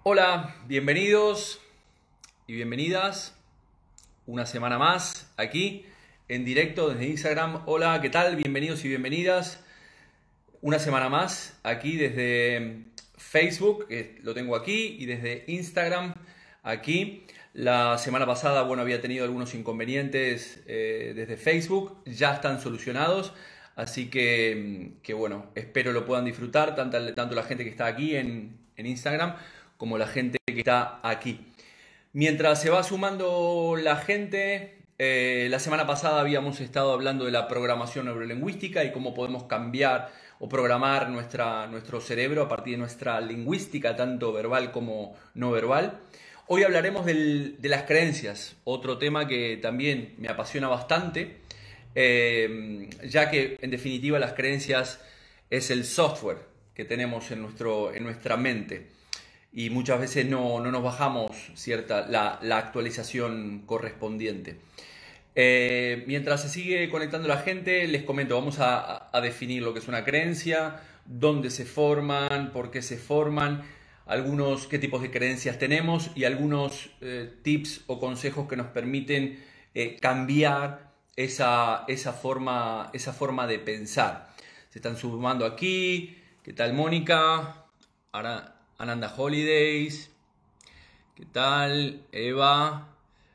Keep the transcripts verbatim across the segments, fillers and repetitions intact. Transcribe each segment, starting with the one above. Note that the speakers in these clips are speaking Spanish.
Hola, bienvenidos y bienvenidas una semana más aquí en directo desde Instagram. Hola, ¿qué tal? Bienvenidos y bienvenidas una semana más aquí desde Facebook, que lo tengo aquí, y desde Instagram aquí. La semana pasada, bueno, había tenido algunos inconvenientes eh, desde Facebook, ya están solucionados. Así que, que bueno, espero lo puedan disfrutar, tanto, tanto la gente que está aquí en, en Instagram como la gente que está aquí. Mientras se va sumando la gente, eh, la semana pasada habíamos estado hablando de la programación neurolingüística y cómo podemos cambiar o programar nuestra, nuestro cerebro a partir de nuestra lingüística, tanto verbal como no verbal. Hoy hablaremos del, de las creencias, otro tema que también me apasiona bastante. Eh, ya que en definitiva las creencias es el software que tenemos en, nuestro, en nuestra mente y muchas veces no, no nos bajamos cierta, la, la actualización correspondiente. Eh, mientras se sigue conectando la gente, les comento, vamos a, a definir lo que es una creencia, dónde se forman, por qué se forman, algunos qué tipos de creencias tenemos y algunos eh, tips o consejos que nos permiten eh, cambiar Esa, esa, forma, esa forma de pensar. Se están sumando aquí. ¿Qué tal, Mónica? Ahora, Ananda Holidays. ¿Qué tal? Eva.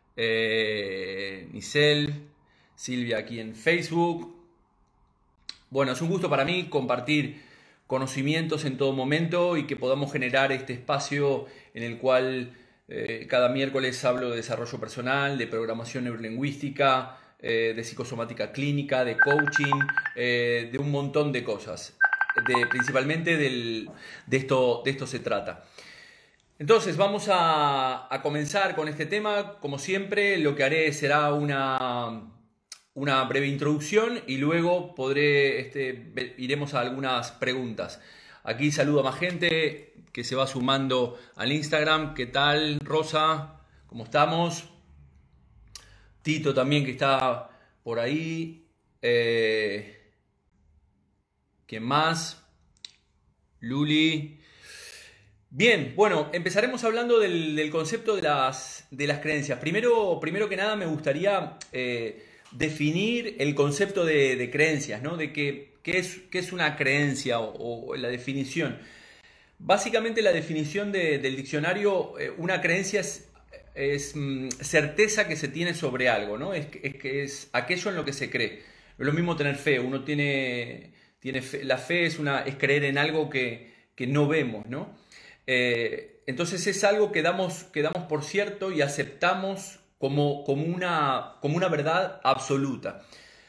Eh, Nicel. Silvia aquí en Facebook. Bueno, es un gusto para mí compartir conocimientos en todo momento y que podamos generar este espacio en el cual eh, cada miércoles hablo de desarrollo personal, de programación neurolingüística, Eh, de psicosomática clínica, de coaching, eh, de un montón de cosas. De, principalmente del, de, esto, de esto se trata. Entonces vamos a, a comenzar con este tema. Como siempre, lo que haré será una, una breve introducción y luego podré, este, iremos a algunas preguntas. Aquí saludo a más gente que se va sumando al Instagram. ¿Qué tal, Rosa? ¿Cómo estamos? Tito también que está por ahí. Eh, ¿Quién más? Luli. Bien, bueno, empezaremos hablando del, del concepto de las, de las creencias. Primero, primero que nada me gustaría eh, definir el concepto de, de creencias, ¿no? De qué, qué, es, qué es una creencia o, o la definición. Básicamente la definición de, del diccionario, eh, una creencia es es mm, certeza que se tiene sobre algo, ¿no? Es, es que es aquello en lo que se cree. No es lo mismo tener fe, uno tiene, tiene fe, la fe es, una, es creer en algo que, que no vemos, ¿no? Eh, entonces es algo que damos, que damos por cierto y aceptamos como, como, una, como una verdad absoluta.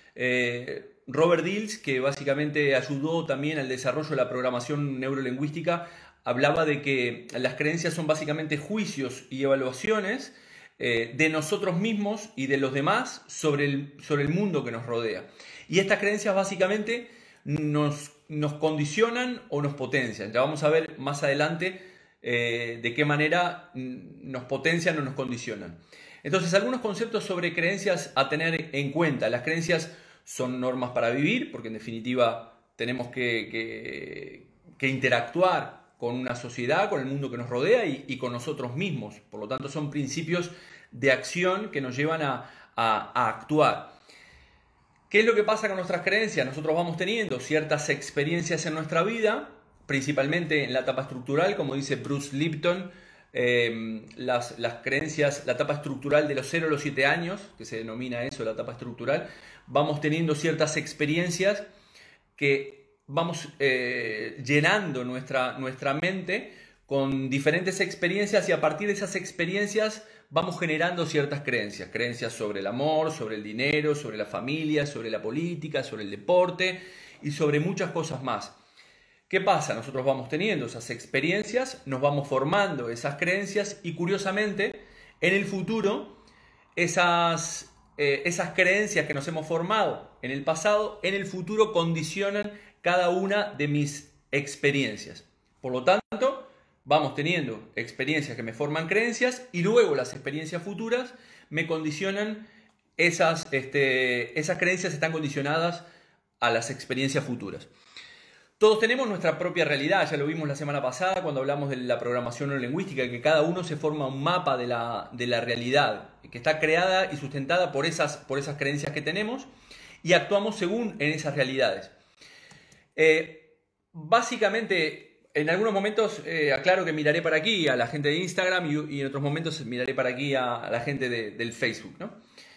Eh, Robert Dills, que básicamente ayudó también al desarrollo de la programación neurolingüística, hablaba de que las creencias son básicamente juicios y evaluaciones eh, de nosotros mismos y de los demás sobre el, sobre el mundo que nos rodea. Y estas creencias básicamente nos, nos condicionan o nos potencian. Ya vamos a ver más adelante eh, de qué manera nos potencian o nos condicionan. Entonces, algunos conceptos sobre creencias a tener en cuenta. Las creencias son normas para vivir, porque en definitiva tenemos que, que, que interactuar con una sociedad, con el mundo que nos rodea y, y con nosotros mismos. Por lo tanto, son principios de acción que nos llevan a, a, a actuar. ¿Qué es lo que pasa con nuestras creencias? Nosotros vamos teniendo ciertas experiencias en nuestra vida, principalmente en la etapa estructural, como dice Bruce Lipton, eh, las, las creencias, la etapa estructural de los cero a los siete años, que se denomina eso, la etapa estructural, vamos teniendo ciertas experiencias que vamos eh, llenando nuestra, nuestra mente con diferentes experiencias y a partir de esas experiencias vamos generando ciertas creencias. Creencias sobre el amor, sobre el dinero, sobre la familia, sobre la política, sobre el deporte y sobre muchas cosas más. ¿Qué pasa? Nosotros vamos teniendo esas experiencias, nos vamos formando esas creencias y curiosamente en el futuro esas Eh, esas creencias que nos hemos formado en el pasado, en el futuro condicionan cada una de mis experiencias. Por lo tanto, vamos teniendo experiencias que me forman creencias y luego las experiencias futuras me condicionan, esas, este, esas creencias están condicionadas a las experiencias futuras. Todos tenemos nuestra propia realidad, ya lo vimos la semana pasada cuando hablamos de la programación neurolingüística, que cada uno se forma un mapa de la, de la realidad, que está creada y sustentada por esas, por esas creencias que tenemos y actuamos según en esas realidades. Eh, básicamente, en algunos momentos, eh, aclaro que miraré para aquí a la gente de Instagram y, y en otros momentos miraré para aquí a, a la gente de, del Facebook, ¿no?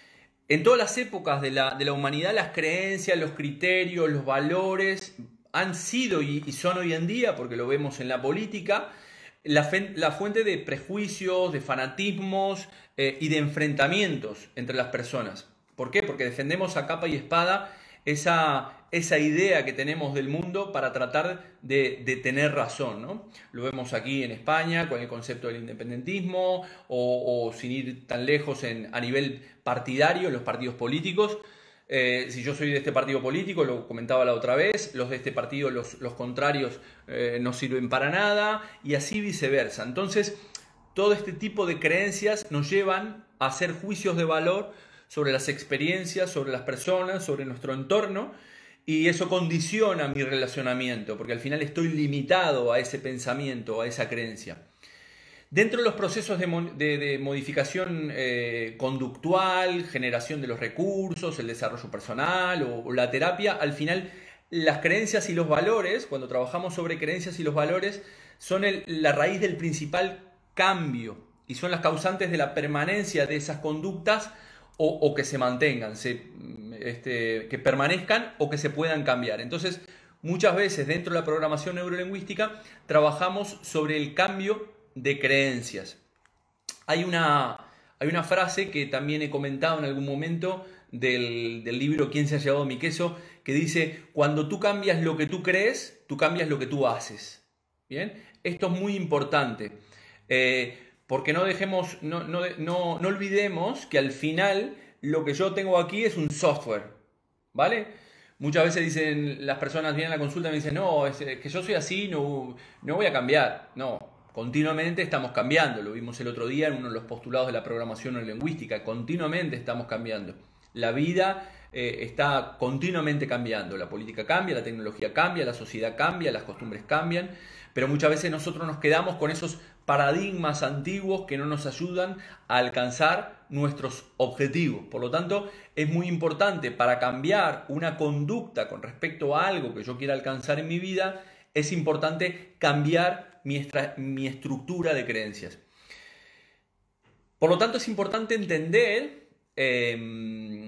En todas las épocas de la, de la humanidad, las creencias, los criterios, los valores han sido y, y son hoy en día, porque lo vemos en la política, la, fe, la fuente de prejuicios, de fanatismos eh, y de enfrentamientos entre las personas. ¿Por qué? Porque defendemos a capa y espada esa, esa idea que tenemos del mundo para tratar de, de tener razón, ¿no? Lo vemos aquí en España con el concepto del independentismo o, o sin ir tan lejos en, a nivel partidario, los partidos políticos. Eh, si yo soy de este partido político, lo comentaba la otra vez, los de este partido, los, los contrarios, eh, no sirven para nada y así viceversa. Entonces, todo este tipo de creencias nos llevan a hacer juicios de valor sobre las experiencias, sobre las personas, sobre nuestro entorno, y eso condiciona mi relacionamiento, porque al final estoy limitado a ese pensamiento, a esa creencia. Dentro de los procesos de, de, de modificación eh, conductual, generación de los recursos, el desarrollo personal o, o la terapia, al final las creencias y los valores, cuando trabajamos sobre creencias y los valores, son el, la raíz del principal cambio y son las causantes de la permanencia de esas conductas o, o que se mantengan, se, este, que permanezcan o que se puedan cambiar. Entonces, muchas veces dentro de la programación neurolingüística trabajamos sobre el cambio de creencias. Hay una, hay una frase que también he comentado en algún momento del, del libro ¿Quién se ha llevado mi queso? Que dice, cuando tú cambias lo que tú crees, tú cambias lo que tú haces. ¿Bien? Esto es muy importante, eh, porque no dejemos, no, no, no, no olvidemos que al final lo que yo tengo aquí es un software, ¿vale? Muchas veces dicen, las personas vienen a la consulta y me dicen, no, es que yo soy así, no, no voy a cambiar. No. Continuamente estamos cambiando, lo vimos el otro día en uno de los postulados de la programación neurolingüística, continuamente estamos cambiando. La vida eh, está continuamente cambiando, la política cambia, la tecnología cambia, la sociedad cambia, las costumbres cambian, pero muchas veces nosotros nos quedamos con esos paradigmas antiguos que no nos ayudan a alcanzar nuestros objetivos. Por lo tanto, es muy importante para cambiar una conducta con respecto a algo que yo quiera alcanzar en mi vida, es importante cambiar Mi, estra, mi estructura de creencias. Por lo tanto, es importante entender, eh,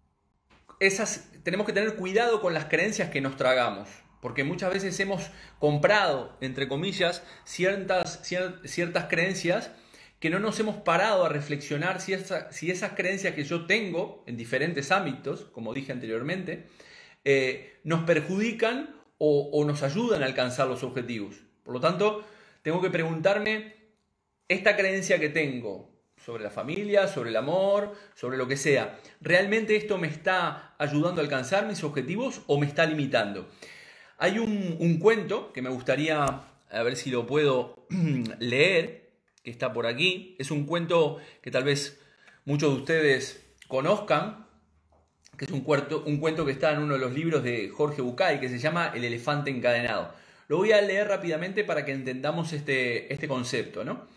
esas, tenemos que tener cuidado con las creencias que nos tragamos, porque muchas veces hemos comprado, entre comillas, ciertas, cier, ciertas creencias que no nos hemos parado a reflexionar si, esa, si esas creencias que yo tengo en diferentes ámbitos, como dije anteriormente, eh, nos perjudican o, o nos ayudan a alcanzar los objetivos. Por lo tanto, tengo que preguntarme, esta creencia que tengo sobre la familia, sobre el amor, sobre lo que sea, ¿realmente esto me está ayudando a alcanzar mis objetivos o me está limitando? Hay un, un cuento que me gustaría, a ver si lo puedo leer, que está por aquí. Es un cuento que tal vez muchos de ustedes conozcan, que es un, cuarto, un cuento que está en uno de los libros de Jorge Bucay, que se llama El elefante encadenado. Lo voy a leer rápidamente para que entendamos este, este concepto, ¿no?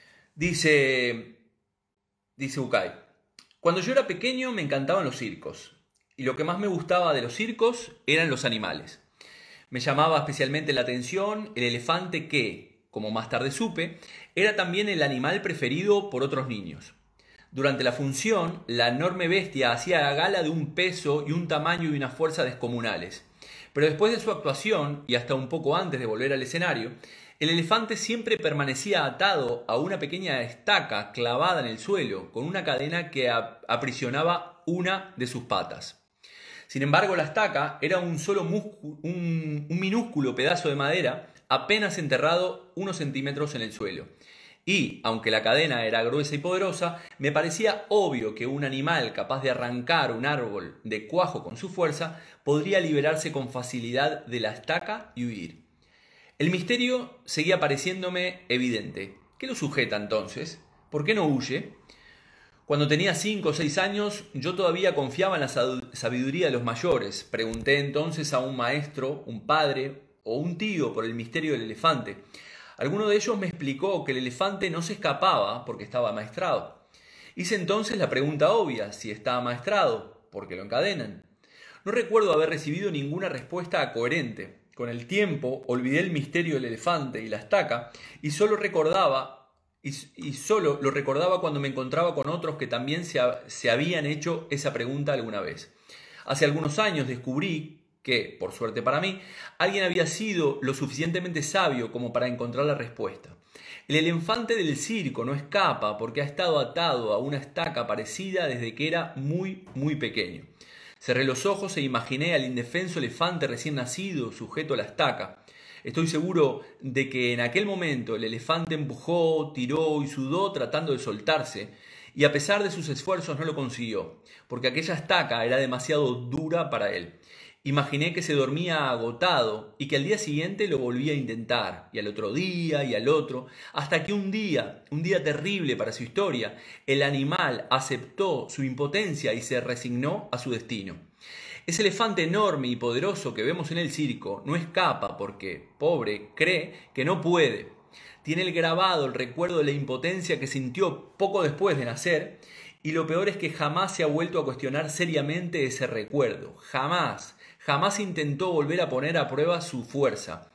Dice, dice Bucay, cuando yo era pequeño me encantaban los circos, y lo que más me gustaba de los circos eran los animales. Me llamaba especialmente la atención el elefante que, como más tarde supe, era también el animal preferido por otros niños. Durante la función, la enorme bestia hacía gala de un peso y un tamaño y una fuerza descomunales. Pero después de su actuación, y hasta un poco antes de volver al escenario, el elefante siempre permanecía atado a una pequeña estaca clavada en el suelo, con una cadena que aprisionaba una de sus patas. Sin embargo, la estaca era un solo un, un minúsculo pedazo de madera, apenas enterrado unos centímetros en el suelo. Y, aunque la cadena era gruesa y poderosa, me parecía obvio que un animal capaz de arrancar un árbol de cuajo con su fuerza podría liberarse con facilidad de la estaca y huir. El misterio seguía pareciéndome evidente. ¿Qué lo sujeta entonces? ¿Por qué no huye? Cuando tenía cinco o seis años, yo todavía confiaba en la sabiduría de los mayores. Pregunté entonces a un maestro, un padre o un tío por el misterio del elefante. Alguno de ellos me explicó que el elefante no se escapaba porque estaba amaestrado. Hice entonces la pregunta obvia, si está amaestrado, ¿por qué lo encadenan? No recuerdo haber recibido ninguna respuesta coherente. Con el tiempo olvidé el misterio del elefante y la estaca y solo recordaba y, y solo lo recordaba cuando me encontraba con otros que también se, se habían hecho esa pregunta alguna vez. Hace algunos años descubrí que, por suerte para mí, alguien había sido lo suficientemente sabio como para encontrar la respuesta. El elefante del circo no escapa porque ha estado atado a una estaca parecida desde que era muy, muy pequeño. Cerré los ojos e imaginé al indefenso elefante recién nacido sujeto a la estaca. Estoy seguro de que en aquel momento el elefante empujó, tiró y sudó tratando de soltarse, y a pesar de sus esfuerzos no lo consiguió, porque aquella estaca era demasiado dura para él. Imaginé que se dormía agotado y que al día siguiente lo volvía a intentar, y al otro día y al otro, hasta que un día, un día terrible para su historia, el animal aceptó su impotencia y se resignó a su destino. Ese elefante enorme y poderoso que vemos en el circo no escapa porque, pobre, cree que no puede. Tiene el grabado el recuerdo de la impotencia que sintió poco después de nacer, y lo peor es que jamás se ha vuelto a cuestionar seriamente ese recuerdo. Jamás. Jamás intentó volver a poner a prueba su fuerza.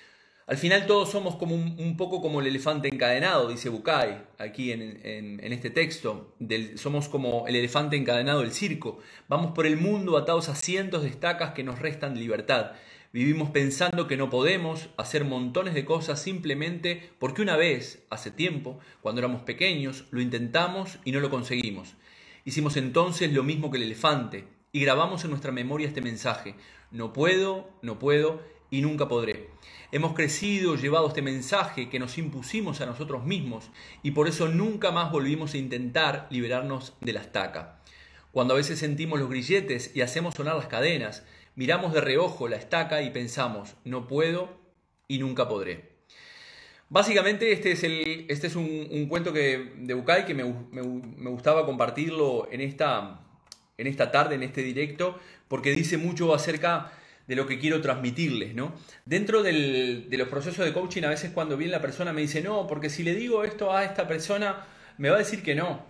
Al final todos somos como un, un poco como el elefante encadenado, dice Bucay, aquí en, en, en este texto. Del, somos como el elefante encadenado del circo. Vamos por el mundo atados a cientos de estacas que nos restan libertad. Vivimos pensando que no podemos hacer montones de cosas simplemente porque una vez, hace tiempo, cuando éramos pequeños, lo intentamos y no lo conseguimos. Hicimos entonces lo mismo que el elefante. Y grabamos en nuestra memoria este mensaje: no puedo, no puedo y nunca podré. Hemos crecido llevado este mensaje que nos impusimos a nosotros mismos y por eso nunca más volvimos a intentar liberarnos de la estaca. Cuando a veces sentimos los grilletes y hacemos sonar las cadenas, miramos de reojo la estaca y pensamos: no puedo y nunca podré. Básicamente este es, el, este es un, un cuento que, de Bucay que me, me, me gustaba compartirlo en esta... en esta tarde, en este directo, porque dice mucho acerca de lo que quiero transmitirles, ¿no? Dentro del, de los procesos de coaching, a veces cuando viene la persona me dice, no, porque si le digo esto a esta persona, me va a decir que no.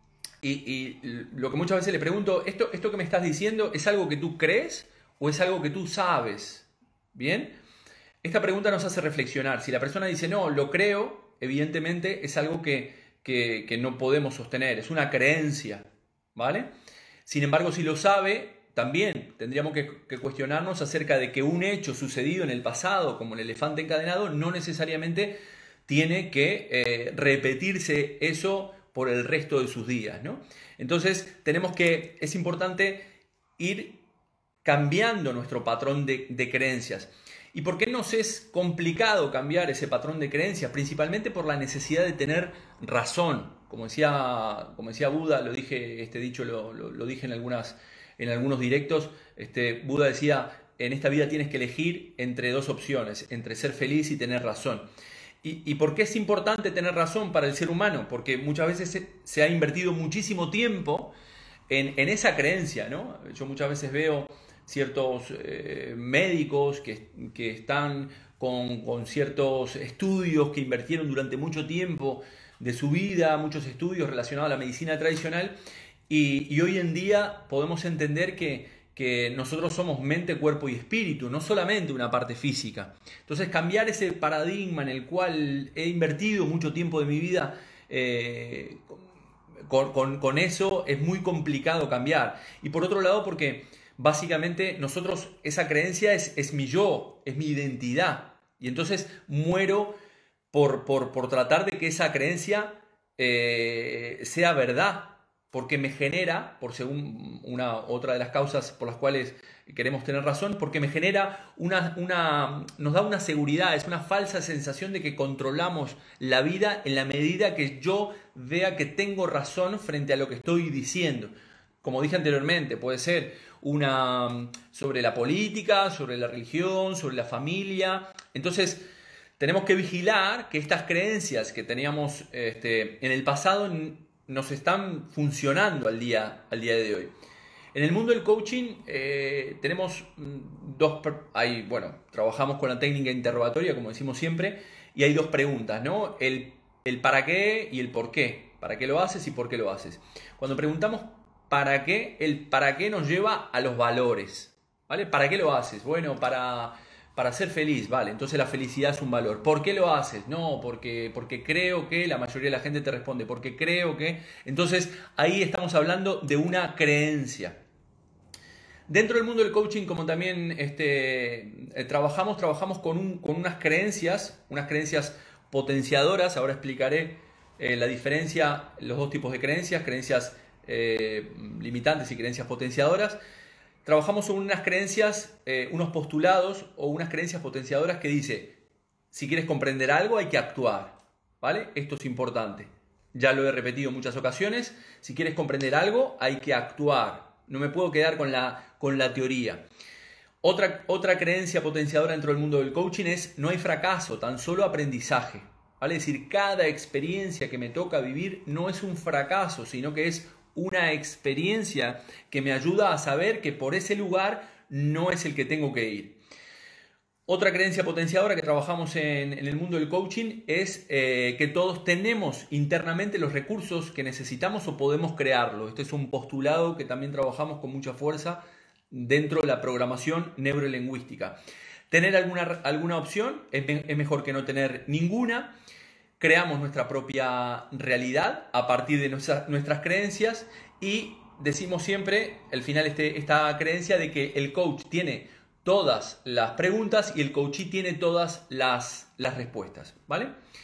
Y, y lo que muchas veces le pregunto, ¿esto, ¿esto que me estás diciendo es algo que tú crees o es algo que tú sabes? ¿Bien? Esta pregunta nos hace reflexionar. Si la persona dice, no, lo creo, evidentemente es algo que, que, que no podemos sostener, es una creencia, ¿vale? Sin embargo, si lo sabe, también tendríamos que, que cuestionarnos acerca de que un hecho sucedido en el pasado, como el elefante encadenado, no necesariamente tiene que eh, repetirse eso por el resto de sus días, ¿no? Entonces, tenemos que, es importante ir cambiando nuestro patrón de, de creencias. ¿Y por qué nos es complicado cambiar ese patrón de creencias? Principalmente por la necesidad de tener razón. Como decía, como decía Buda, lo dije, este dicho lo, lo, lo dije en, algunas, en algunos directos, este, Buda decía, en esta vida tienes que elegir entre dos opciones, entre ser feliz y tener razón. ¿Y, y por qué es importante tener razón para el ser humano? Porque muchas veces se, se ha invertido muchísimo tiempo en, en esa creencia, ¿no? Yo muchas veces veo ciertos eh, médicos que, que están con, con ciertos estudios que invirtieron durante mucho tiempo de su vida, muchos estudios relacionados a la medicina tradicional, y, y hoy en día podemos entender que, que nosotros somos mente, cuerpo y espíritu, no solamente una parte física. Entonces, cambiar ese paradigma en el cual he invertido mucho tiempo de mi vida, eh, con, con, con eso es muy complicado cambiar. Y por otro lado, porque básicamente nosotros, esa creencia es, es mi yo, es mi identidad, y entonces muero Por, por, por tratar de que esa creencia eh, sea verdad, porque me genera, por según una otra de las causas por las cuales queremos tener razón, porque me genera una, una, nos da una seguridad, es una falsa sensación de que controlamos la vida en la medida que yo vea que tengo razón frente a lo que estoy diciendo. Como dije anteriormente, puede ser una sobre la política, sobre la religión, sobre la familia. Entonces, tenemos que vigilar que estas creencias que teníamos este, en el pasado nos están funcionando al día, al día de hoy. En el mundo del coaching eh, tenemos dos, hay, bueno, trabajamos con la técnica interrogatoria, como decimos siempre, y hay dos preguntas, ¿no? El, el para qué y el por qué. ¿Para qué lo haces y por qué lo haces? Cuando preguntamos para qué, el para qué nos lleva a los valores, ¿vale? ¿Para qué lo haces? Bueno, para... Para ser feliz, vale, entonces la felicidad es un valor. ¿Por qué lo haces? No, porque, porque creo que, la mayoría de la gente te responde, porque creo que... Entonces ahí estamos hablando de una creencia. Dentro del mundo del coaching, como también este, eh, trabajamos, trabajamos con, un, con unas creencias, unas creencias potenciadoras. Ahora explicaré eh, la diferencia, los dos tipos de creencias, creencias eh, limitantes y creencias potenciadoras. Trabajamos sobre unas creencias, eh, unos postulados o unas creencias potenciadoras que dice, si quieres comprender algo hay que actuar, ¿vale? Esto es importante. Ya lo he repetido en muchas ocasiones. Si quieres comprender algo hay que actuar. No me puedo quedar con la, con la teoría. Otra, otra creencia potenciadora dentro del mundo del coaching es, no hay fracaso, tan solo aprendizaje, ¿vale? Es decir, cada experiencia que me toca vivir no es un fracaso, sino que es una experiencia que me ayuda a saber que por ese lugar no es el que tengo que ir. Otra creencia potenciadora que trabajamos en, en el mundo del coaching es eh, que todos tenemos internamente los recursos que necesitamos o podemos crearlo. Este es un postulado que también trabajamos con mucha fuerza dentro de la programación neurolingüística. Tener alguna, alguna opción es, es mejor que no tener ninguna. Creamos nuestra propia realidad a partir de nuestra, nuestras creencias y decimos siempre, al final, este, esta creencia de que el coach tiene todas las preguntas y el coachee tiene todas las, las respuestas, ¿vale?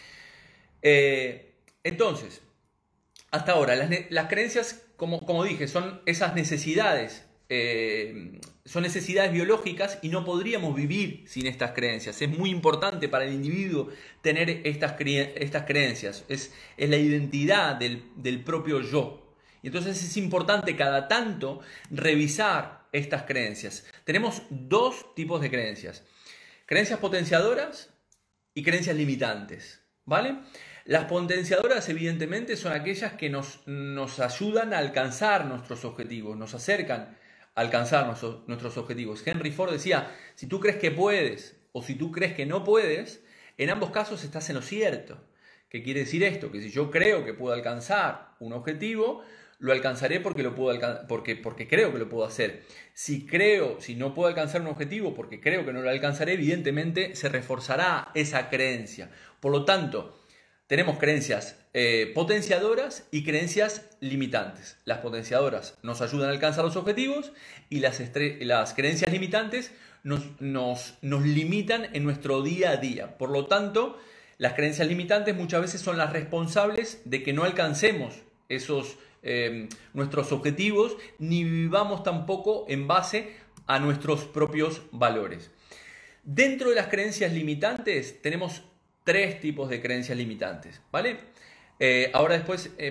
Eh, entonces, hasta ahora, las, las creencias, como, como dije, son esas necesidades. Eh, son necesidades biológicas y no podríamos vivir sin estas creencias. Es muy importante para el individuo tener estas, cre estas creencias. Es, es la identidad del, del propio yo. Y entonces es importante cada tanto revisar estas creencias. Tenemos dos tipos de creencias. Creencias potenciadoras y creencias limitantes, ¿vale? Las potenciadoras, evidentemente, son aquellas que nos, nos ayudan a alcanzar nuestros objetivos, nos acercan alcanzar nuestros, nuestros objetivos. Henry Ford decía, si tú crees que puedes o si tú crees que no puedes, en ambos casos estás en lo cierto. ¿Qué quiere decir esto? Que si yo creo que puedo alcanzar un objetivo, lo alcanzaré porque, lo puedo alcan- porque, porque creo que lo puedo hacer. Si creo, si no puedo alcanzar un objetivo porque creo que no lo alcanzaré, evidentemente se reforzará esa creencia. Por lo tanto, tenemos creencias eh, potenciadoras y creencias limitantes. Las potenciadoras nos ayudan a alcanzar los objetivos y las, las creencias limitantes nos, nos, nos limitan en nuestro día a día. Por lo tanto, las creencias limitantes muchas veces son las responsables de que no alcancemos esos, eh, nuestros objetivos ni vivamos tampoco en base a nuestros propios valores. Dentro de las creencias limitantes tenemos tres tipos de creencias limitantes, ¿vale? Eh, ahora después eh,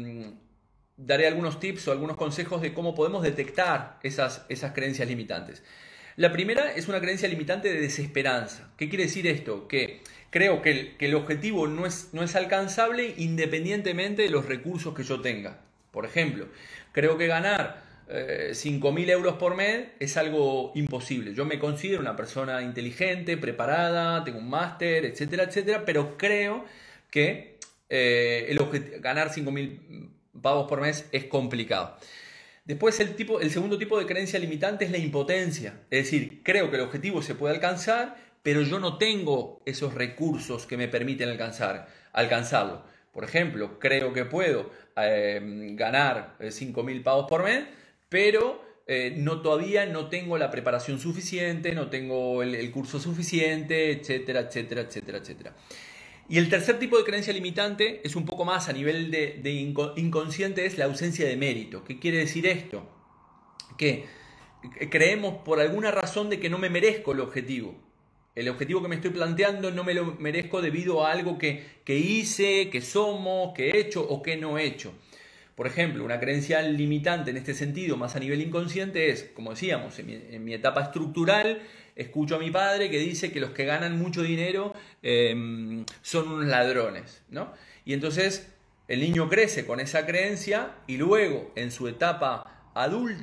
daré algunos tips o algunos consejos de cómo podemos detectar esas, esas creencias limitantes. La primera es una creencia limitante de desesperanza. ¿Qué quiere decir esto? Que creo que el, que el objetivo no es, no es alcanzable independientemente de los recursos que yo tenga. Por ejemplo, creo que ganar Eh, cinco mil euros por mes es algo imposible. Yo me considero una persona inteligente, preparada, tengo un máster, etcétera, etcétera, pero creo que eh, el ganar cinco mil pavos por mes es complicado. Después el, tipo, el segundo tipo de creencia limitante es la impotencia. Es decir, creo que el objetivo se puede alcanzar, pero yo no tengo esos recursos que me permiten alcanzar, alcanzarlo. Por ejemplo, creo que puedo eh, ganar cinco mil pavos por mes, pero eh, no, todavía no tengo la preparación suficiente, no tengo el, el curso suficiente, etcétera, etcétera, etcétera, etcétera. Y el tercer tipo de creencia limitante es un poco más a nivel de, de inconsciente, es la ausencia de mérito. ¿Qué quiere decir esto? Que creemos por alguna razón de que no me merezco el objetivo. El objetivo que me estoy planteando no me lo merezco debido a algo que, que hice, que somos, que he hecho o que no he hecho. Por ejemplo, una creencia limitante en este sentido, más a nivel inconsciente, es, como decíamos, en mi, en mi etapa estructural, escucho a mi padre que dice que los que ganan mucho dinero eh, son unos ladrones, ¿no? Y entonces el niño crece con esa creencia y luego, en su etapa adulta,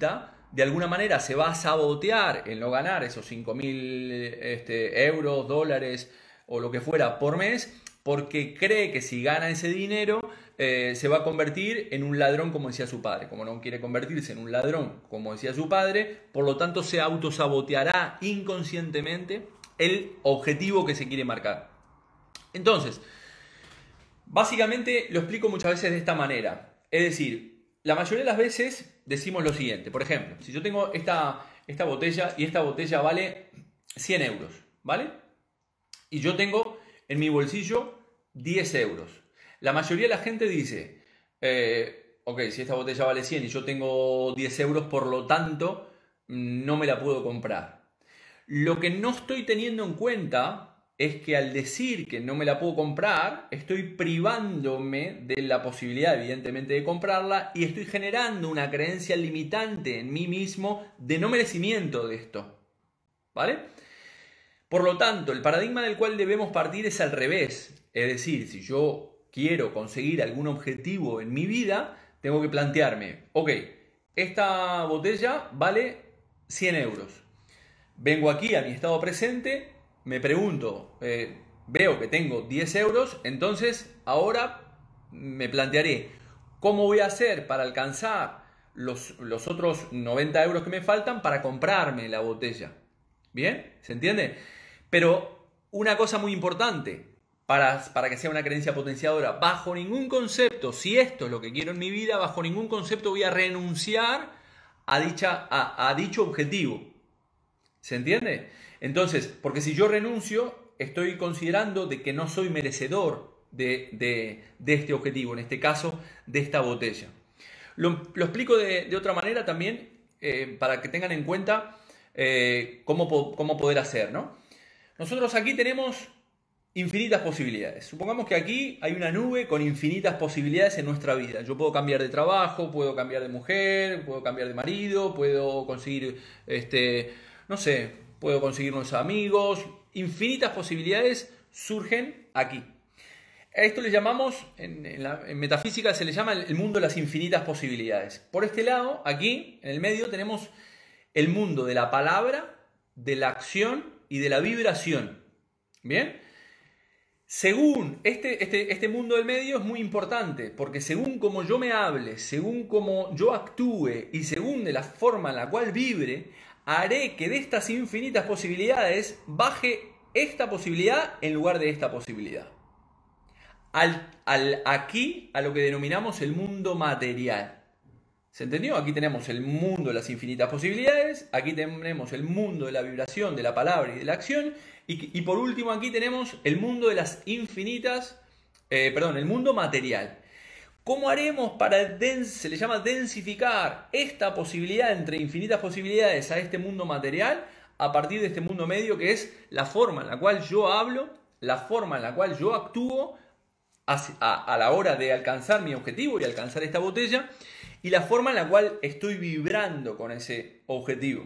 de alguna manera se va a sabotear en no ganar esos cinco mil este, euros, dólares o lo que fuera por mes, porque cree que si gana ese dinero eh, se va a convertir en un ladrón, como decía su padre. Como no quiere convertirse en un ladrón, como decía su padre, por lo tanto se autosaboteará inconscientemente el objetivo que se quiere marcar. Entonces, básicamente lo explico muchas veces de esta manera. Es decir, la mayoría de las veces decimos lo siguiente. Por ejemplo, si yo tengo esta, esta botella y esta botella vale cien euros, ¿vale? Y yo tengo en mi bolsillo diez euros. La mayoría de la gente dice, eh, ok, si esta botella vale cien y yo tengo diez euros, por lo tanto, no me la puedo comprar. Lo que no estoy teniendo en cuenta es que al decir que no me la puedo comprar, estoy privándome de la posibilidad, evidentemente, de comprarla y estoy generando una creencia limitante en mí mismo de no merecimiento de esto. ¿Vale? Por lo tanto, el paradigma del cual debemos partir es al revés. Es decir, si yo quiero conseguir algún objetivo en mi vida, tengo que plantearme, ok, esta botella vale cien euros. Vengo aquí a mi estado presente, me pregunto, eh, veo que tengo diez euros, entonces ahora me plantearé cómo voy a hacer para alcanzar los, los otros noventa euros que me faltan para comprarme la botella. ¿Bien? ¿Se entiende? Pero una cosa muy importante para, para que sea una creencia potenciadora, bajo ningún concepto, si esto es lo que quiero en mi vida, bajo ningún concepto voy a renunciar a, dicha, a, a dicho objetivo. ¿Se entiende? Entonces, porque si yo renuncio, estoy considerando de que no soy merecedor de, de, de este objetivo, en este caso, de esta botella. Lo, lo explico de, de otra manera también, eh, para que tengan en cuenta eh, cómo, cómo poder hacer, ¿no? Nosotros aquí tenemos infinitas posibilidades. Supongamos que aquí hay una nube con infinitas posibilidades en nuestra vida. Yo puedo cambiar de trabajo, puedo cambiar de mujer, puedo cambiar de marido, puedo conseguir este... no sé, puedo conseguir unos amigos, infinitas posibilidades surgen aquí. A esto le llamamos, en, en, la, en metafísica se le llama el mundo de las infinitas posibilidades. Por este lado, aquí, en el medio, tenemos el mundo de la palabra, de la acción y de la vibración. ¿Bien? Según este, este, este mundo del medio es muy importante, porque según como yo me hable, según como yo actúe y según de la forma en la cual vibre, haré que de estas infinitas posibilidades baje esta posibilidad en lugar de esta posibilidad. Al, al, aquí a lo que denominamos el mundo material. ¿Se entendió? Aquí tenemos el mundo de las infinitas posibilidades, aquí tenemos el mundo de la vibración, de la palabra y de la acción, y, y por último aquí tenemos el mundo de las infinitas, eh, perdón, el mundo material. ¿Cómo haremos para, se le llama densificar esta posibilidad entre infinitas posibilidades a este mundo material a partir de este mundo medio que es la forma en la cual yo hablo, la forma en la cual yo actúo a, a, a la hora de alcanzar mi objetivo y alcanzar esta botella y la forma en la cual estoy vibrando con ese objetivo?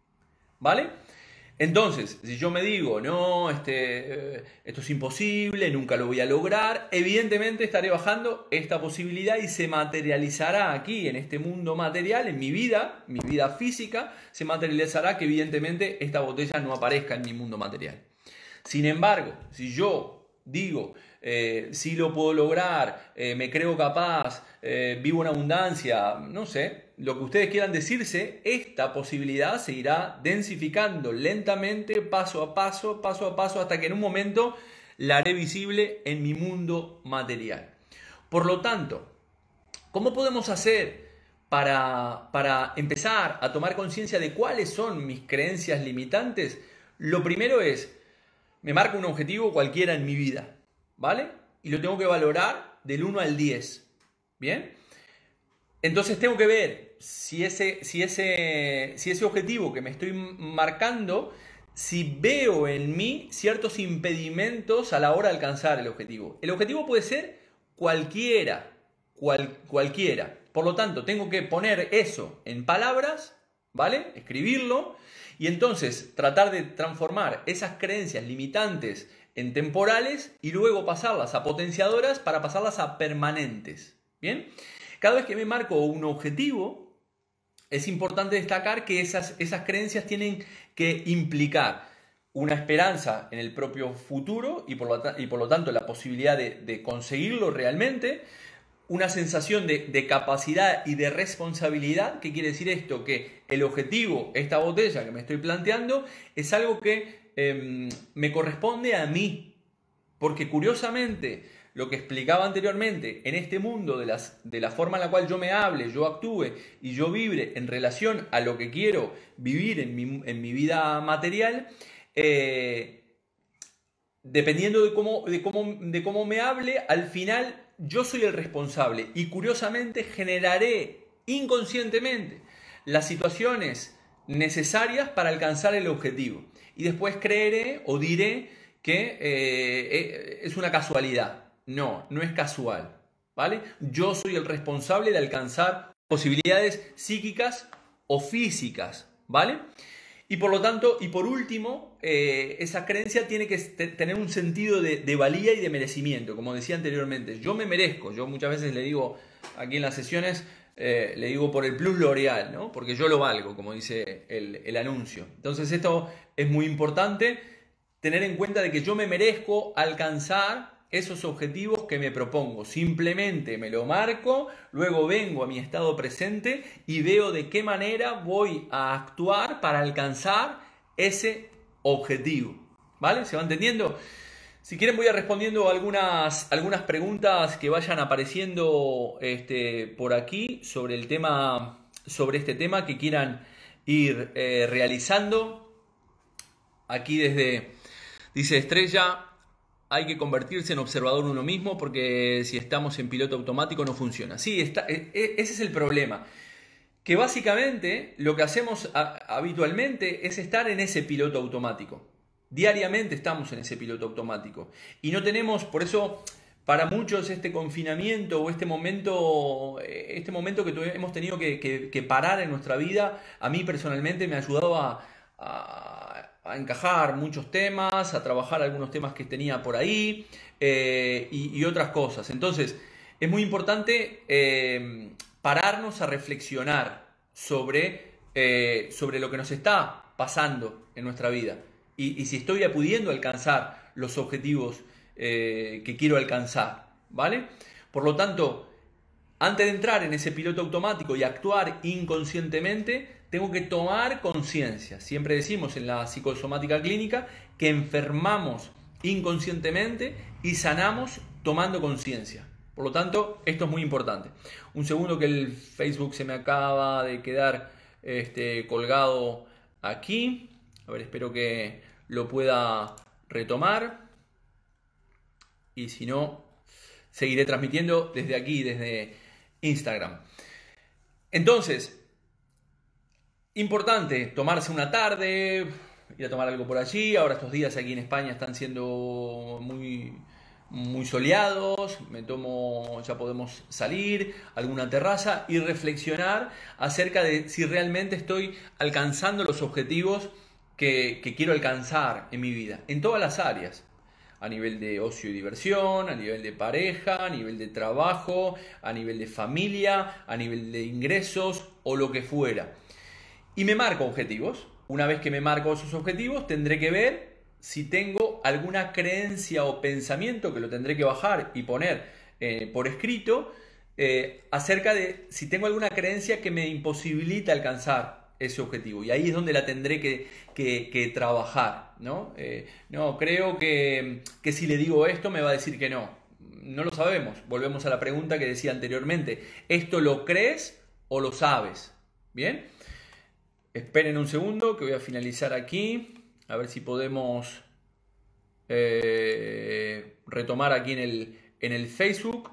¿Vale? Entonces, si yo me digo, no, este, eh, esto es imposible, nunca lo voy a lograr, evidentemente estaré bajando esta posibilidad y se materializará aquí, en este mundo material, en mi vida, mi vida física, se materializará que evidentemente esta botella no aparezca en mi mundo material. Sin embargo, si yo digo, eh, sí lo puedo lograr, eh, me creo capaz, eh, vivo en abundancia, no sé, lo que ustedes quieran decirse, esta posibilidad se irá densificando lentamente, paso a paso, paso a paso, hasta que en un momento la haré visible en mi mundo material. Por lo tanto, ¿cómo podemos hacer para, para empezar a tomar conciencia de cuáles son mis creencias limitantes? Lo primero es, me marco un objetivo cualquiera en mi vida, ¿vale? Y lo tengo que valorar del uno al diez, ¿bien? Entonces tengo que ver si ese, si ese, si ese objetivo que me estoy marcando, si veo en mí ciertos impedimentos a la hora de alcanzar el objetivo. El objetivo puede ser cualquiera, cual, cualquiera. Por lo tanto, tengo que poner eso en palabras, ¿vale? Escribirlo y entonces tratar de transformar esas creencias limitantes en temporales y luego pasarlas a potenciadoras para pasarlas a permanentes, ¿bien? Cada vez que me marco un objetivo, es importante destacar que esas, esas creencias tienen que implicar una esperanza en el propio futuro y por lo, y por lo tanto la posibilidad de, de conseguirlo realmente, una sensación de, de capacidad y de responsabilidad. ¿Qué quiere decir esto? Que el objetivo, esta botella que me estoy planteando, es algo que eh, me corresponde a mí. Porque curiosamente, lo que explicaba anteriormente, en este mundo de, las, de la forma en la cual yo me hable, yo actúe y yo vibre en relación a lo que quiero vivir en mi, en mi vida material, eh, dependiendo de cómo, de, cómo, de cómo me hable, al final yo soy el responsable y curiosamente generaré inconscientemente las situaciones necesarias para alcanzar el objetivo. Y después creeré o diré que eh, es una casualidad. No, no es casual, ¿vale? Yo soy el responsable de alcanzar posibilidades psíquicas o físicas, ¿vale? Y por lo tanto, y por último, eh, esa creencia tiene que tener un sentido de, de valía y de merecimiento, como decía anteriormente. Yo me merezco, yo muchas veces le digo aquí en las sesiones, eh, le digo por el plus L'Oreal, ¿no? Porque yo lo valgo, como dice el, el anuncio. Entonces esto es muy importante, tener en cuenta de que yo me merezco alcanzar esos objetivos que me propongo. Simplemente me lo marco, luego vengo a mi estado presente y veo de qué manera voy a actuar para alcanzar ese objetivo. ¿Vale? ¿Se va entendiendo? Si quieren voy a respondiendo algunas, algunas preguntas que vayan apareciendo este, por aquí sobre el tema, sobre este tema que quieran ir eh, realizando. Aquí desde, dice Estrella, hay que convertirse en observador uno mismo porque si estamos en piloto automático no funciona. Sí, está, ese es el problema. Que básicamente lo que hacemos habitualmente es estar en ese piloto automático. Diariamente estamos en ese piloto automático. Y no tenemos, por eso, para muchos este confinamiento o este momento, este momento que hemos tenido que, que, que parar en nuestra vida, a mí personalmente me ha ayudado a... a a encajar muchos temas, a trabajar algunos temas que tenía por ahí eh, y, y otras cosas. Entonces, es muy importante eh, pararnos a reflexionar sobre, eh, sobre lo que nos está pasando en nuestra vida y, y si estoy pudiendo alcanzar los objetivos eh, que quiero alcanzar, ¿vale? Por lo tanto, antes de entrar en ese piloto automático y actuar inconscientemente, tengo que tomar conciencia. Siempre decimos en la psicosomática clínica que enfermamos inconscientemente y sanamos tomando conciencia. Por lo tanto, esto es muy importante. Un segundo que el Facebook se me acaba de quedar este, colgado aquí. A ver, espero que lo pueda retomar. Y si no, seguiré transmitiendo desde aquí, desde Instagram. Entonces, importante tomarse una tarde, ir a tomar algo por allí. Ahora estos días aquí en España están siendo muy, muy soleados. Me tomo, ya podemos salir a alguna terraza y reflexionar acerca de si realmente estoy alcanzando los objetivos que, que quiero alcanzar en mi vida, en todas las áreas. A nivel de ocio y diversión, a nivel de pareja, a nivel de trabajo, a nivel de familia, a nivel de ingresos o lo que fuera. Y me marco objetivos. Una vez que me marco esos objetivos, tendré que ver si tengo alguna creencia o pensamiento, que lo tendré que bajar y poner eh, por escrito, eh, acerca de si tengo alguna creencia que me imposibilita alcanzar ese objetivo. Y ahí es donde la tendré que, que, que trabajar, ¿no? Eh, no, creo que, que si le digo esto me va a decir que no. No lo sabemos. Volvemos a la pregunta que decía anteriormente. ¿Esto lo crees o lo sabes? ¿Bien? Esperen un segundo que voy a finalizar aquí. A ver si podemos eh, retomar aquí en el, en el Facebook.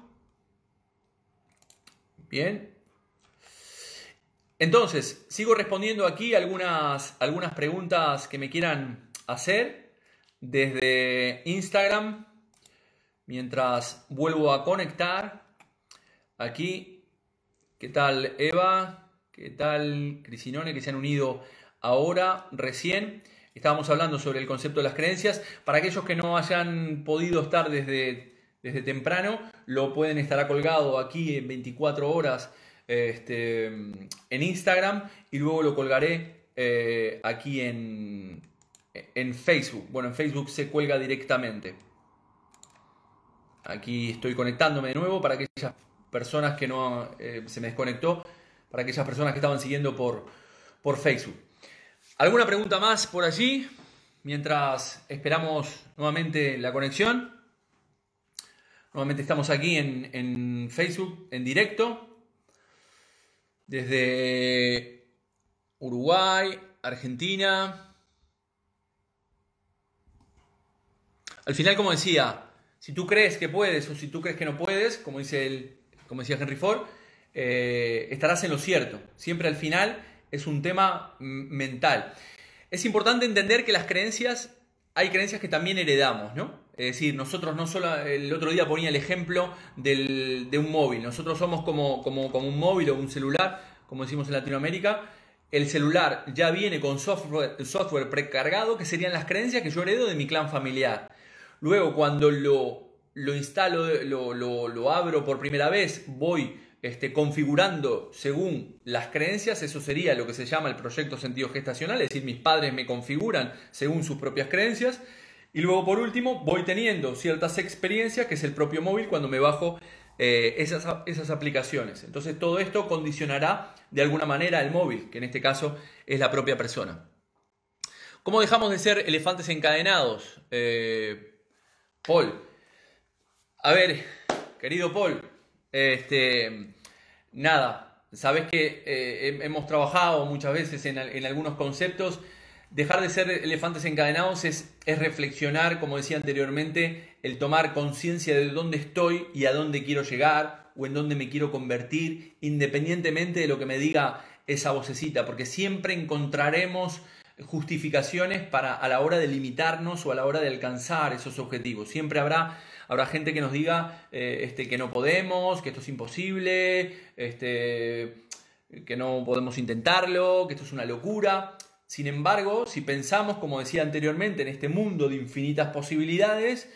Bien. Entonces, sigo respondiendo aquí algunas, algunas preguntas que me quieran hacer desde Instagram. Mientras vuelvo a conectar aquí. ¿Qué tal, Eva? ¿Qué tal, Crisinone, que se han unido ahora, recién? Estábamos hablando sobre el concepto de las creencias. Para aquellos que no hayan podido estar desde, desde temprano, lo pueden estar colgado aquí en veinticuatro horas este, en Instagram y luego lo colgaré eh, aquí en, en Facebook. Bueno, en Facebook se cuelga directamente. Aquí estoy conectándome de nuevo para aquellas personas que no eh, se me desconectó, para aquellas personas que estaban siguiendo por, por Facebook. ¿Alguna pregunta más por allí? Mientras esperamos nuevamente la conexión. Nuevamente estamos aquí en, en Facebook, en directo, desde Uruguay, Argentina. Al final, como decía, si tú crees que puedes o si tú crees que no puedes, como, dice el, como decía Henry Ford, eh, estarás en lo cierto. Siempre al final es un tema mental. Es importante entender que las creencias, hay creencias que también heredamos, ¿no? Es decir, nosotros no solo, el otro día ponía el ejemplo del, de un móvil. Nosotros somos como, como, como un móvil o un celular, como decimos en Latinoamérica. El celular ya viene con software, software precargado, que serían las creencias que yo heredo de mi clan familiar. Luego, cuando lo, lo instalo, lo, lo, lo abro por primera vez, voy este, configurando según las creencias. Eso sería lo que se llama el proyecto sentido gestacional, es decir, mis padres me configuran según sus propias creencias. Y luego, por último, voy teniendo ciertas experiencias, que es el propio móvil, cuando me bajo eh, esas, esas aplicaciones. Entonces, todo esto condicionará de alguna manera el móvil, que en este caso es la propia persona. ¿Cómo dejamos de ser elefantes encadenados? Eh, Paul. A ver, querido Paul, este, nada, sabes que eh, hemos trabajado muchas veces en, en algunos conceptos. Dejar de ser elefantes encadenados es, es reflexionar, como decía anteriormente, el tomar conciencia de dónde estoy y a dónde quiero llegar o en dónde me quiero convertir, independientemente de lo que me diga esa vocecita, porque siempre encontraremos justificaciones para a la hora de limitarnos o a la hora de alcanzar esos objetivos. Siempre habrá, habrá gente que nos diga eh, este, que no podemos, que esto es imposible, este, que no podemos intentarlo, que esto es una locura. Sin embargo, si pensamos, como decía anteriormente, en este mundo de infinitas posibilidades,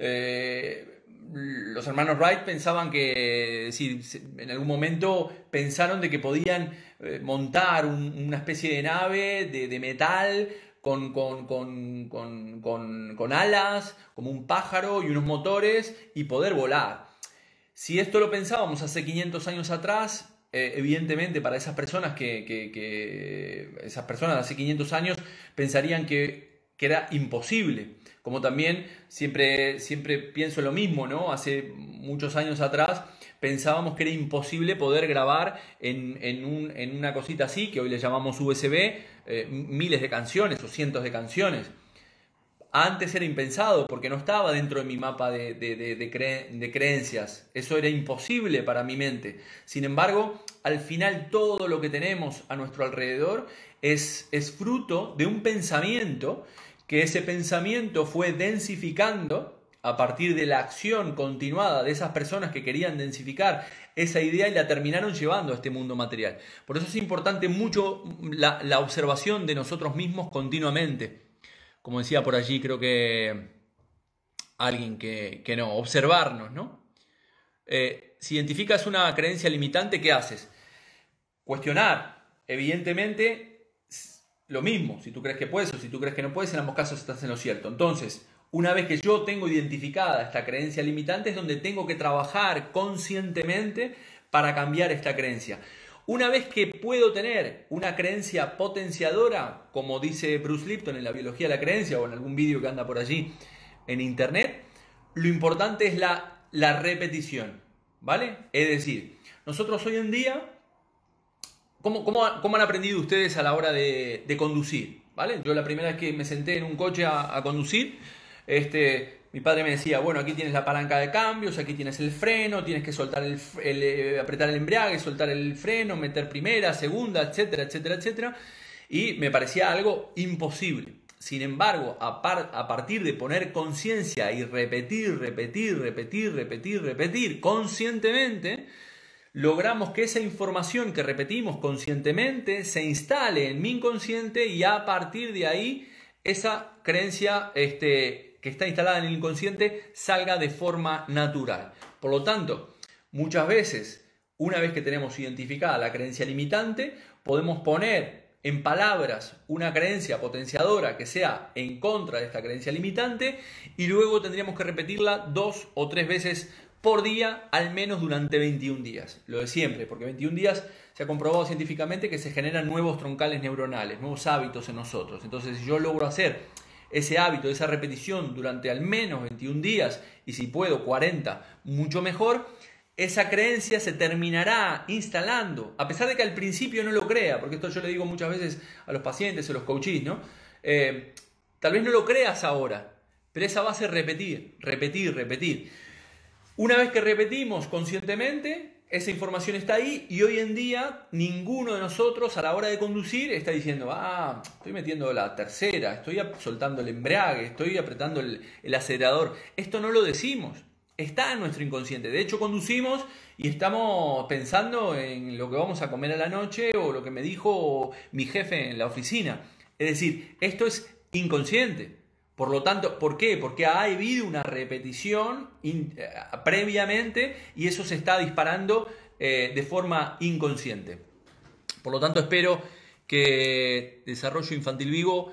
eh, los hermanos Wright pensaban que, si en algún momento pensaron de que podían eh, montar un, una especie de nave de, de metal con, con, con, con, con, con alas, como un pájaro y unos motores, y poder volar. Si esto lo pensábamos hace quinientos años atrás, Eh, evidentemente para esas personas que, que, que esas personas de hace quinientos años pensarían que, que era imposible. Como también siempre, siempre pienso lo mismo, ¿no? Hace muchos años atrás pensábamos que era imposible poder grabar en, en, un, en una cosita así, que hoy le llamamos U S B, eh, miles de canciones o cientos de canciones. Antes era impensado porque no estaba dentro de mi mapa de, de, de, de, cre de creencias. Eso era imposible para mi mente. Sin embargo, al final todo lo que tenemos a nuestro alrededor es, es fruto de un pensamiento, que ese pensamiento fue densificando a partir de la acción continuada de esas personas que querían densificar esa idea y la terminaron llevando a este mundo material. Por eso es importante mucho la, la observación de nosotros mismos continuamente. Como decía por allí, creo que alguien que, que no, observarnos, ¿no? Eh, si identificas una creencia limitante, ¿qué haces? Cuestionar. Evidentemente, lo mismo. Si tú crees que puedes o si tú crees que no puedes, en ambos casos estás en lo cierto. Entonces, una vez que yo tengo identificada esta creencia limitante, es donde tengo que trabajar conscientemente para cambiar esta creencia. Una vez que puedo tener una creencia potenciadora, como dice Bruce Lipton en la biología de la creencia o en algún vídeo que anda por allí en internet, lo importante es la, la repetición, ¿vale? Es decir, nosotros hoy en día, ¿cómo, cómo, cómo han aprendido ustedes a la hora de, de conducir? ¿Vale? Yo la primera vez que me senté en un coche a, a conducir, este... mi padre me decía, bueno, aquí tienes la palanca de cambios, aquí tienes el freno, tienes que soltar el, el, eh, apretar el embrague, soltar el freno, meter primera, segunda, etcétera, etcétera, etcétera. Y me parecía algo imposible. Sin embargo, a, par, a partir de poner conciencia y repetir, repetir, repetir, repetir, repetir conscientemente, logramos que esa información que repetimos conscientemente se instale en mi inconsciente y a partir de ahí esa creencia este, que está instalada en el inconsciente salga de forma natural. Por lo tanto, muchas veces Una vez que tenemos identificada la creencia limitante, podemos poner en palabras una creencia potenciadora que sea en contra de esta creencia limitante y luego tendríamos que repetirla dos o tres veces por día, al menos durante veintiún días. Lo de siempre, porque veintiún días se ha comprobado científicamente que se generan nuevos troncales neuronales, nuevos hábitos en nosotros. Entonces, si yo logro hacer ese hábito, esa repetición durante al menos veintiún días y si puedo cuarenta, mucho mejor, esa creencia se terminará instalando, a pesar de que al principio no lo crea, porque esto yo le digo muchas veces a los pacientes, a los coaches, ¿no? Eh, tal vez no lo creas ahora, pero esa base es repetir, repetir, repetir. Una vez que repetimos conscientemente, esa información está ahí y hoy en día ninguno de nosotros a la hora de conducir está diciendo, ah, estoy metiendo la tercera, estoy soltando el embrague, estoy apretando el, el acelerador. Esto no lo decimos. Está en nuestro inconsciente. De hecho, conducimos y estamos pensando en lo que vamos a comer a la noche o lo que me dijo mi jefe en la oficina. Es decir, esto es inconsciente. Por lo tanto, ¿por qué? Porque ha habido una repetición in, eh, previamente y eso se está disparando eh, de forma inconsciente. Por lo tanto, espero que Desarrollo Infantil Vivo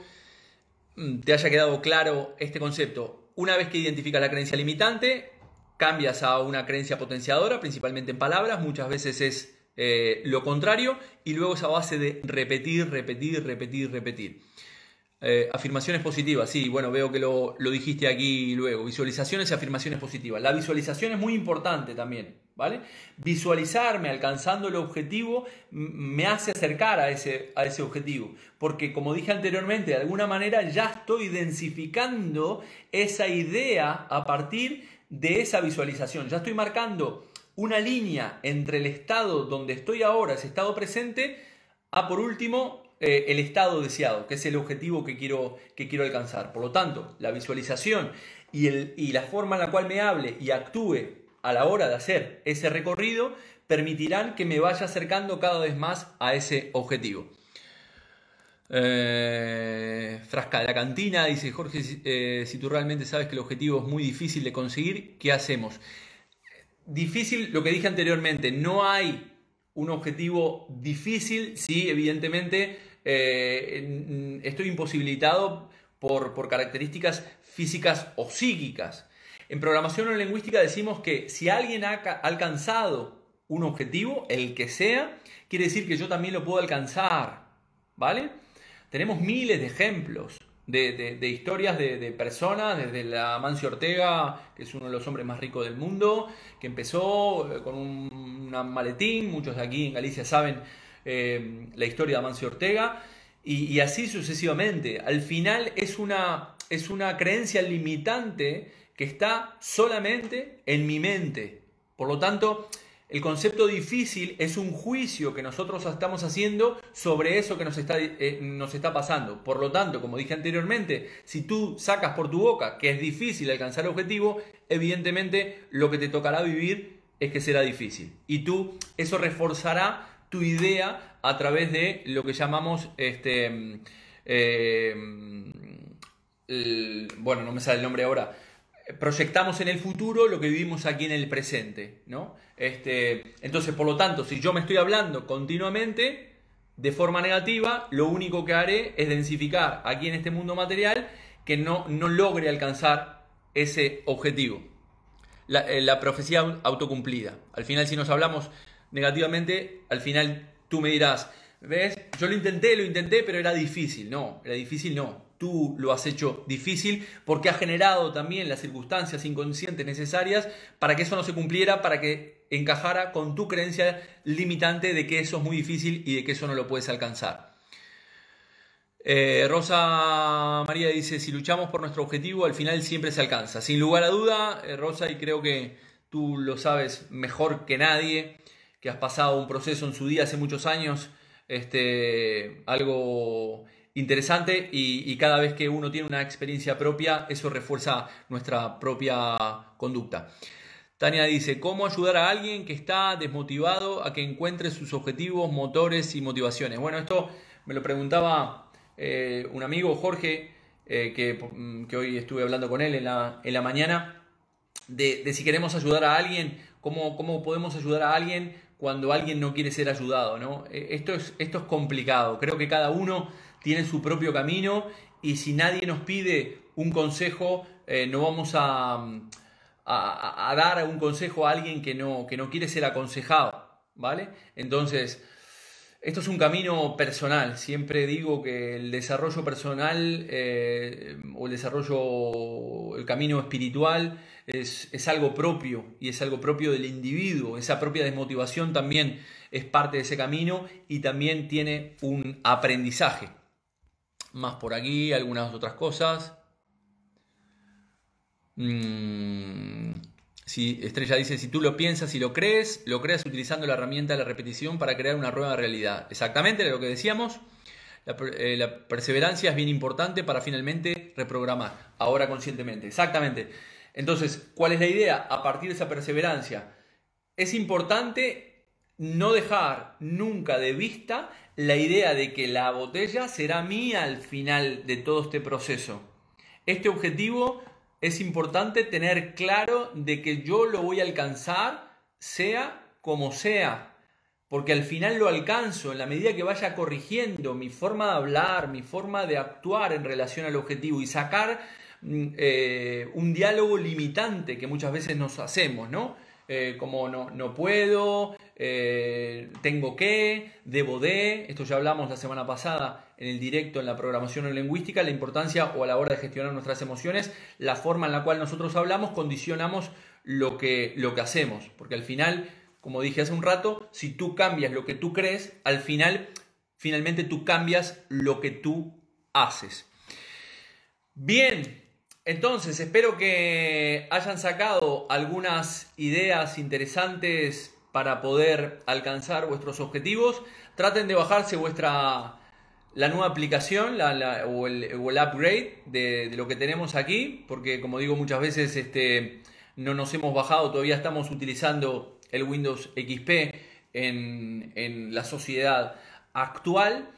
te haya quedado claro este concepto. Una vez que identificas la creencia limitante, cambias a una creencia potenciadora, principalmente en palabras, muchas veces es eh, lo contrario, y luego esa base de repetir, repetir, repetir, repetir. Eh, afirmaciones positivas, sí, bueno, veo que lo, lo dijiste aquí luego. Visualizaciones y afirmaciones positivas. La visualización es muy importante también, ¿vale? Visualizarme alcanzando el objetivo me hace acercar a ese, a ese objetivo, porque como dije anteriormente, de alguna manera ya estoy densificando esa idea a partir de esa visualización. Ya estoy marcando una línea entre el estado donde estoy ahora, ese estado presente, a por último eh, el estado deseado, que es el objetivo que quiero, que quiero alcanzar. Por lo tanto, la visualización y, el, y la forma en la cual me hable y actúe a la hora de hacer ese recorrido permitirán que me vaya acercando cada vez más a ese objetivo. Eh, Frasca de la Cantina dice: Jorge, eh, si tú realmente sabes que el objetivo es muy difícil de conseguir, ¿qué hacemos? Difícil, lo que dije anteriormente, no hay un objetivo difícil si evidentemente eh, estoy imposibilitado por, por características físicas o psíquicas. En programación o en lingüística decimos que si alguien ha alcanzado un objetivo, el que sea, quiere decir que yo también lo puedo alcanzar, ¿vale? Tenemos miles de ejemplos de, de, de historias de, de personas, desde la Amancio Ortega, que es uno de los hombres más ricos del mundo, que empezó con un, un maletín, muchos de aquí en Galicia saben eh, la historia de Amancio Ortega, y, y así sucesivamente. Al final es una, es una creencia limitante que está solamente en mi mente. Por lo tanto, el concepto difícil es un juicio que nosotros estamos haciendo sobre eso que nos está, eh, nos está pasando. Por lo tanto, como dije anteriormente, si tú sacas por tu boca que es difícil alcanzar el objetivo, evidentemente lo que te tocará vivir es que será difícil. Y tú, eso reforzará tu idea a través de lo que llamamos, este, eh, el, bueno, no me sale el nombre ahora, proyectamos en el futuro lo que vivimos aquí en el presente, ¿no? Este, entonces, por lo tanto, si yo me estoy hablando continuamente de forma negativa, lo único que haré es densificar aquí en este mundo material que no, no logre alcanzar ese objetivo. La, la profecía autocumplida. Al final, si nos hablamos negativamente, al final tú me dirás, ¿ves? Yo lo intenté, lo intenté, pero era difícil. No, era difícil no. Tú lo has hecho difícil porque has generado también las circunstancias inconscientes necesarias para que eso no se cumpliera, para que encajara con tu creencia limitante de que eso es muy difícil y de que eso no lo puedes alcanzar. Eh, Rosa María dice: si luchamos por nuestro objetivo, al final siempre se alcanza. Sin lugar a duda, eh, Rosa, y creo que tú lo sabes mejor que nadie, que has pasado un proceso en su día hace muchos años, este, algo interesante, y, y cada vez que uno tiene una experiencia propia, eso refuerza nuestra propia conducta. Tania dice: ¿cómo ayudar a alguien que está desmotivado a que encuentre sus objetivos, motores y motivaciones? Bueno, esto me lo preguntaba eh, un amigo, Jorge, eh, que, que hoy estuve hablando con él en la, en la mañana, de, de si queremos ayudar a alguien, cómo, cómo podemos ayudar a alguien cuando alguien no quiere ser ayudado, ¿no? Esto es, esto es complicado. Creo que cada uno tiene su propio camino y si nadie nos pide un consejo, eh, no vamos a, a, a dar un consejo a alguien que no, que no quiere ser aconsejado, ¿vale? Entonces, esto es un camino personal. Siempre digo que el desarrollo personal eh, o el desarrollo, el camino espiritual es, es algo propio y es algo propio del individuo. Esa propia desmotivación también es parte de ese camino y también tiene un aprendizaje. Más por aquí, algunas otras cosas. Mm. Si Estrella dice, si tú lo piensas y lo crees, lo creas utilizando la herramienta de la repetición para crear una nueva realidad. Exactamente lo que decíamos. La, eh, la perseverancia es bien importante para finalmente reprogramar, ahora conscientemente. Exactamente. Entonces, ¿cuál es la idea? A partir de esa perseverancia, es importante no dejar nunca de vista la idea de que la botella será mía al final de todo este proceso. Este objetivo es importante tener claro de que yo lo voy a alcanzar sea como sea, porque al final lo alcanzo en la medida que vaya corrigiendo mi forma de hablar, mi forma de actuar en relación al objetivo y sacar eh, un diálogo limitante que muchas veces nos hacemos, ¿no? Eh, como no, no puedo, eh, tengo que, debo de, esto ya hablamos la semana pasada en el directo en la programación neurolingüística, la importancia o a la hora de gestionar nuestras emociones, la forma en la cual nosotros hablamos, condicionamos lo que, lo que hacemos, porque al final, como dije hace un rato, si tú cambias lo que tú crees, al final, finalmente tú cambias lo que tú haces. Bien. Entonces, espero que hayan sacado algunas ideas interesantes para poder alcanzar vuestros objetivos. Traten de bajarse vuestra, la nueva aplicación la, la, o, el, o el upgrade de, de lo que tenemos aquí, porque como digo muchas veces este, no nos hemos bajado, todavía estamos utilizando el Windows X P en, en la sociedad actual.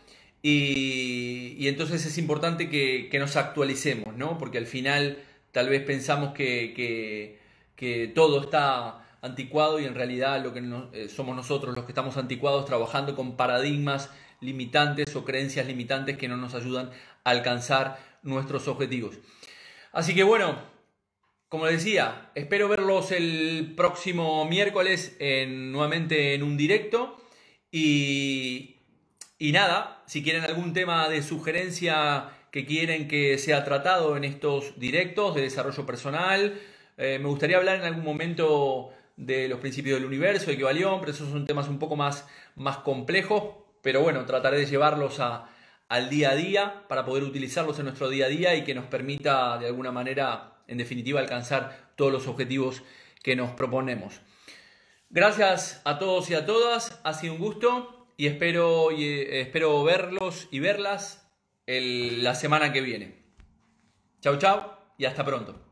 Y, y entonces es importante que, que nos actualicemos, ¿no? Porque al final tal vez pensamos que, que, que todo está anticuado y en realidad lo que no, eh, somos nosotros los que estamos anticuados trabajando con paradigmas limitantes o creencias limitantes que no nos ayudan a alcanzar nuestros objetivos. Así que bueno, como les decía, espero verlos el próximo miércoles en, nuevamente en un directo y... Y nada, si quieren algún tema de sugerencia que quieren que sea tratado en estos directos de desarrollo personal, eh, me gustaría hablar en algún momento de los principios del universo, de Kybalión, pero esos son temas un poco más, más complejos, pero bueno, trataré de llevarlos a, al día a día para poder utilizarlos en nuestro día a día y que nos permita de alguna manera, en definitiva, alcanzar todos los objetivos que nos proponemos. Gracias a todos y a todas, ha sido un gusto. Y espero, y eh, espero verlos y verlas el, la semana que viene. Chau, chau y hasta pronto.